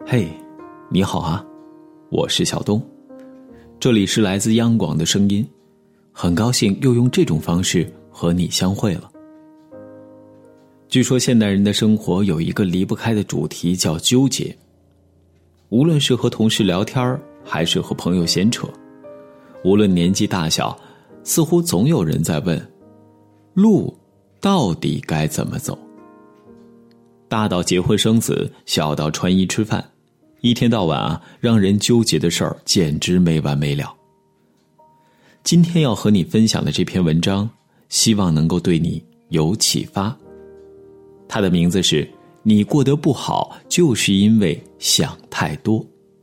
嘿，你好啊，我是小东，这里是来自央广的声音，很高兴又用这种方式和你相会了。据说现代人的生活有一个离不开的主题叫纠结，无论是和同事聊天还是和朋友闲扯，无论年纪大小，似乎总有人在问，路到底该怎么走？大到结婚生子，小到穿衣吃饭，一天到晚让人纠结的事儿简直没完没了。今天要和你分享的这篇文章，希望能够对你有启发。它的名字是你过得不好，就是因为想太多。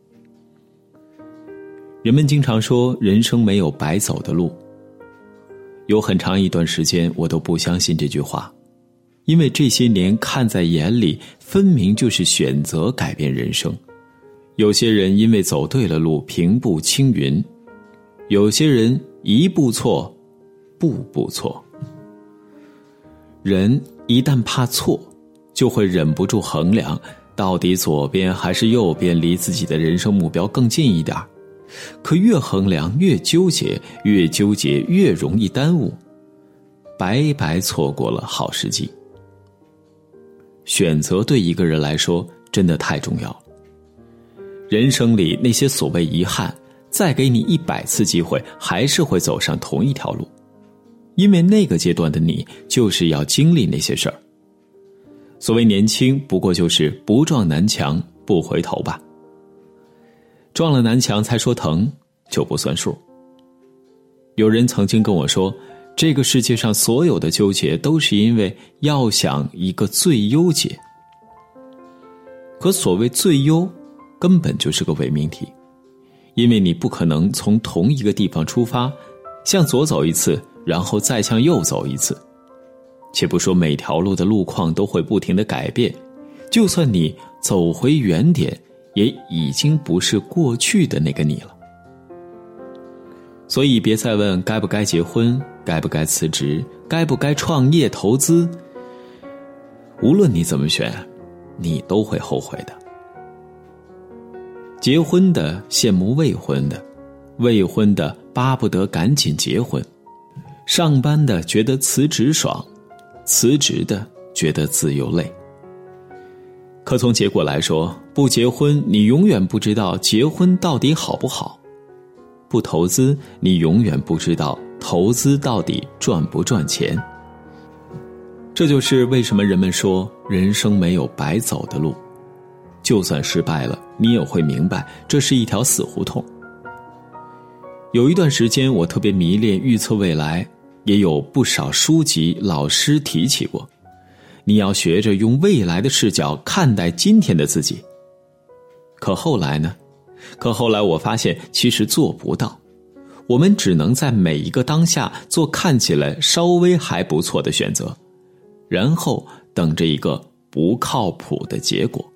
人们经常说人生没有白走的路，有很长一段时间我都不相信这句话，因为这些年看在眼里，分明就是选择改变人生。有些人因为走对了路，平步青云，有些人一步错，步步错。人一旦怕错，就会忍不住衡量，到底左边还是右边离自己的人生目标更近一点。可越衡量越纠结，越纠结越容易耽误，白白错过了好时机。选择对一个人来说真的太重要了。人生里那些所谓遗憾，再给你100次机会，还是会走上同一条路，因为那个阶段的你就是要经历那些事儿。所谓年轻，不过就是不撞南墙不回头吧。撞了南墙才说疼，就不算数。有人曾经跟我说，这个世界上所有的纠结都是因为要想一个最优解。可所谓最优，根本就是个伪命题，因为你不可能从同一个地方出发，向左走一次，然后再向右走一次。且不说每条路的路况都会不停地改变，就算你走回原点，也已经不是过去的那个你了。所以别再问该不该结婚，该不该辞职，该不该创业投资。无论你怎么选，你都会后悔的。结婚的羡慕未婚的，未婚的巴不得赶紧结婚，上班的觉得辞职爽，辞职的觉得自由累。可从结果来说，不结婚你永远不知道结婚到底好不好，不投资你永远不知道投资到底赚不赚钱。这就是为什么人们说人生没有白走的路，就算失败了，你也会明白这是一条死胡同。有一段时间我特别迷恋预测未来，也有不少书籍老师提起过，你要学着用未来的视角看待今天的自己。可后来呢？可后来我发现其实做不到，我们只能在每一个当下做看起来稍微还不错的选择，然后等着一个不靠谱的结果。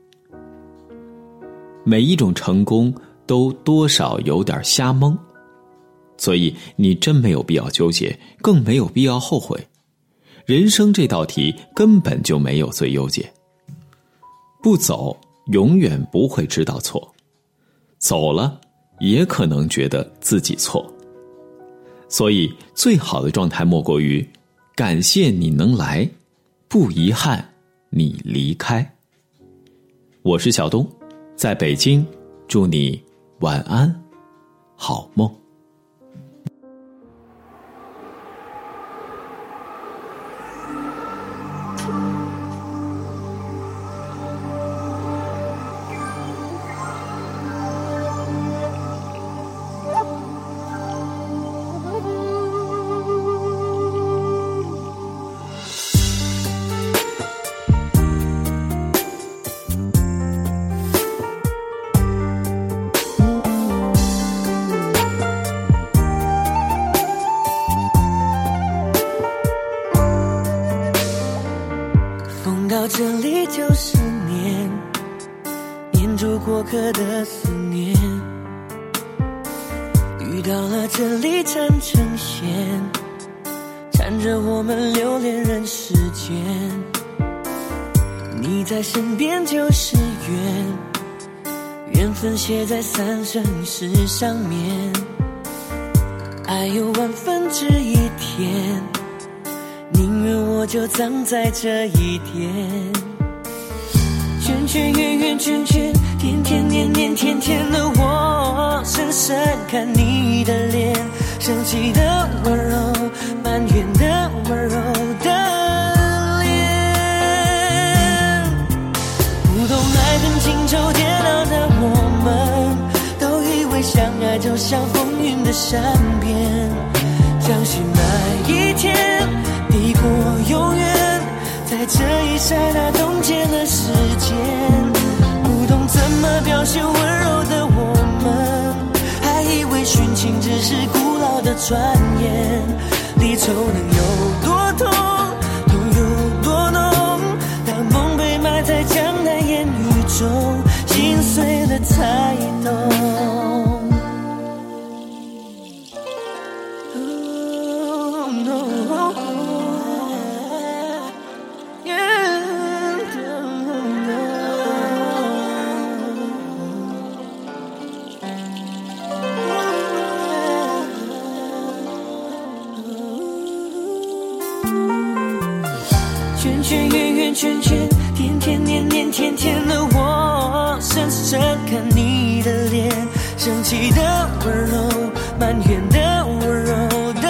每一种成功都多少有点瞎蒙，所以你真没有必要纠结，更没有必要后悔。人生这道题根本就没有最优解，不走永远不会知道错，走了也可能觉得自己错。所以最好的状态莫过于感谢你能来，不遗憾你离开。我是小东，在北京，祝你晚安，好梦。 到这里就是念，念住过客的思念，遇到了这里缠成线，缠着我们留恋人世间。你在身边就是缘， 缘分写在三生石上面，爱有1/1000天，宁愿我就葬在这一天。圈圈圆圆圈圈，天天年年天天的我，深深看你的脸，生气的温柔，埋怨的温柔的脸。不懂爱恨情仇煎熬的我们，都以为相爱就像风云的善变，相信那一天抵过永远，在这一刹那冻结了时间。不懂怎么表现温柔的我们，还以为殉情只是古老的传言。离愁能有多痛，痛有多浓，当梦被埋在江南烟雨中，心碎了才懂。圈圈圆圆圈圈，天天年年天天的我，深深看你的脸，生气的温柔，埋怨的温柔的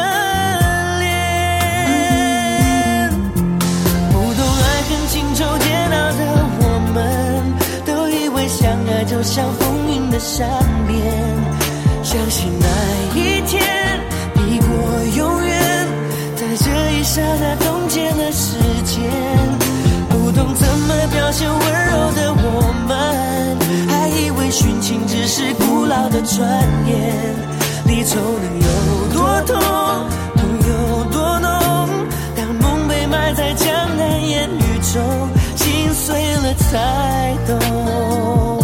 脸。不懂爱恨情仇煎熬的我们，都以为相爱就像风云的善变，相信那一天抵过永远，在这一刹那冻结了时间。不懂怎么表现温柔的我们，还以为殉情只是古老的传言。离愁能有多痛，痛有多浓，当梦被埋在江南烟雨中，心碎了才懂。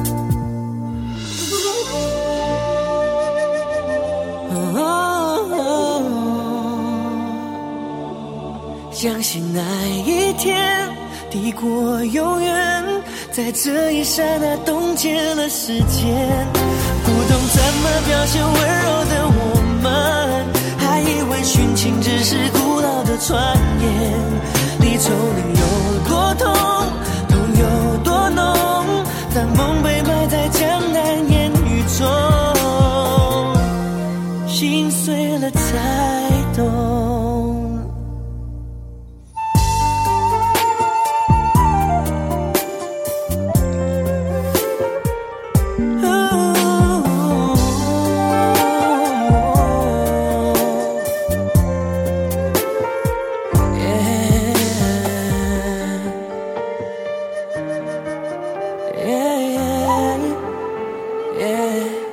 相信那一天抵过永远，在这一刹那冻结了时间。不懂怎么表现温柔的我们，还以为殉情只是古老的传言。离愁能有多痛，痛有多浓，当梦被埋在江南烟雨中，心碎了才懂。Yeah.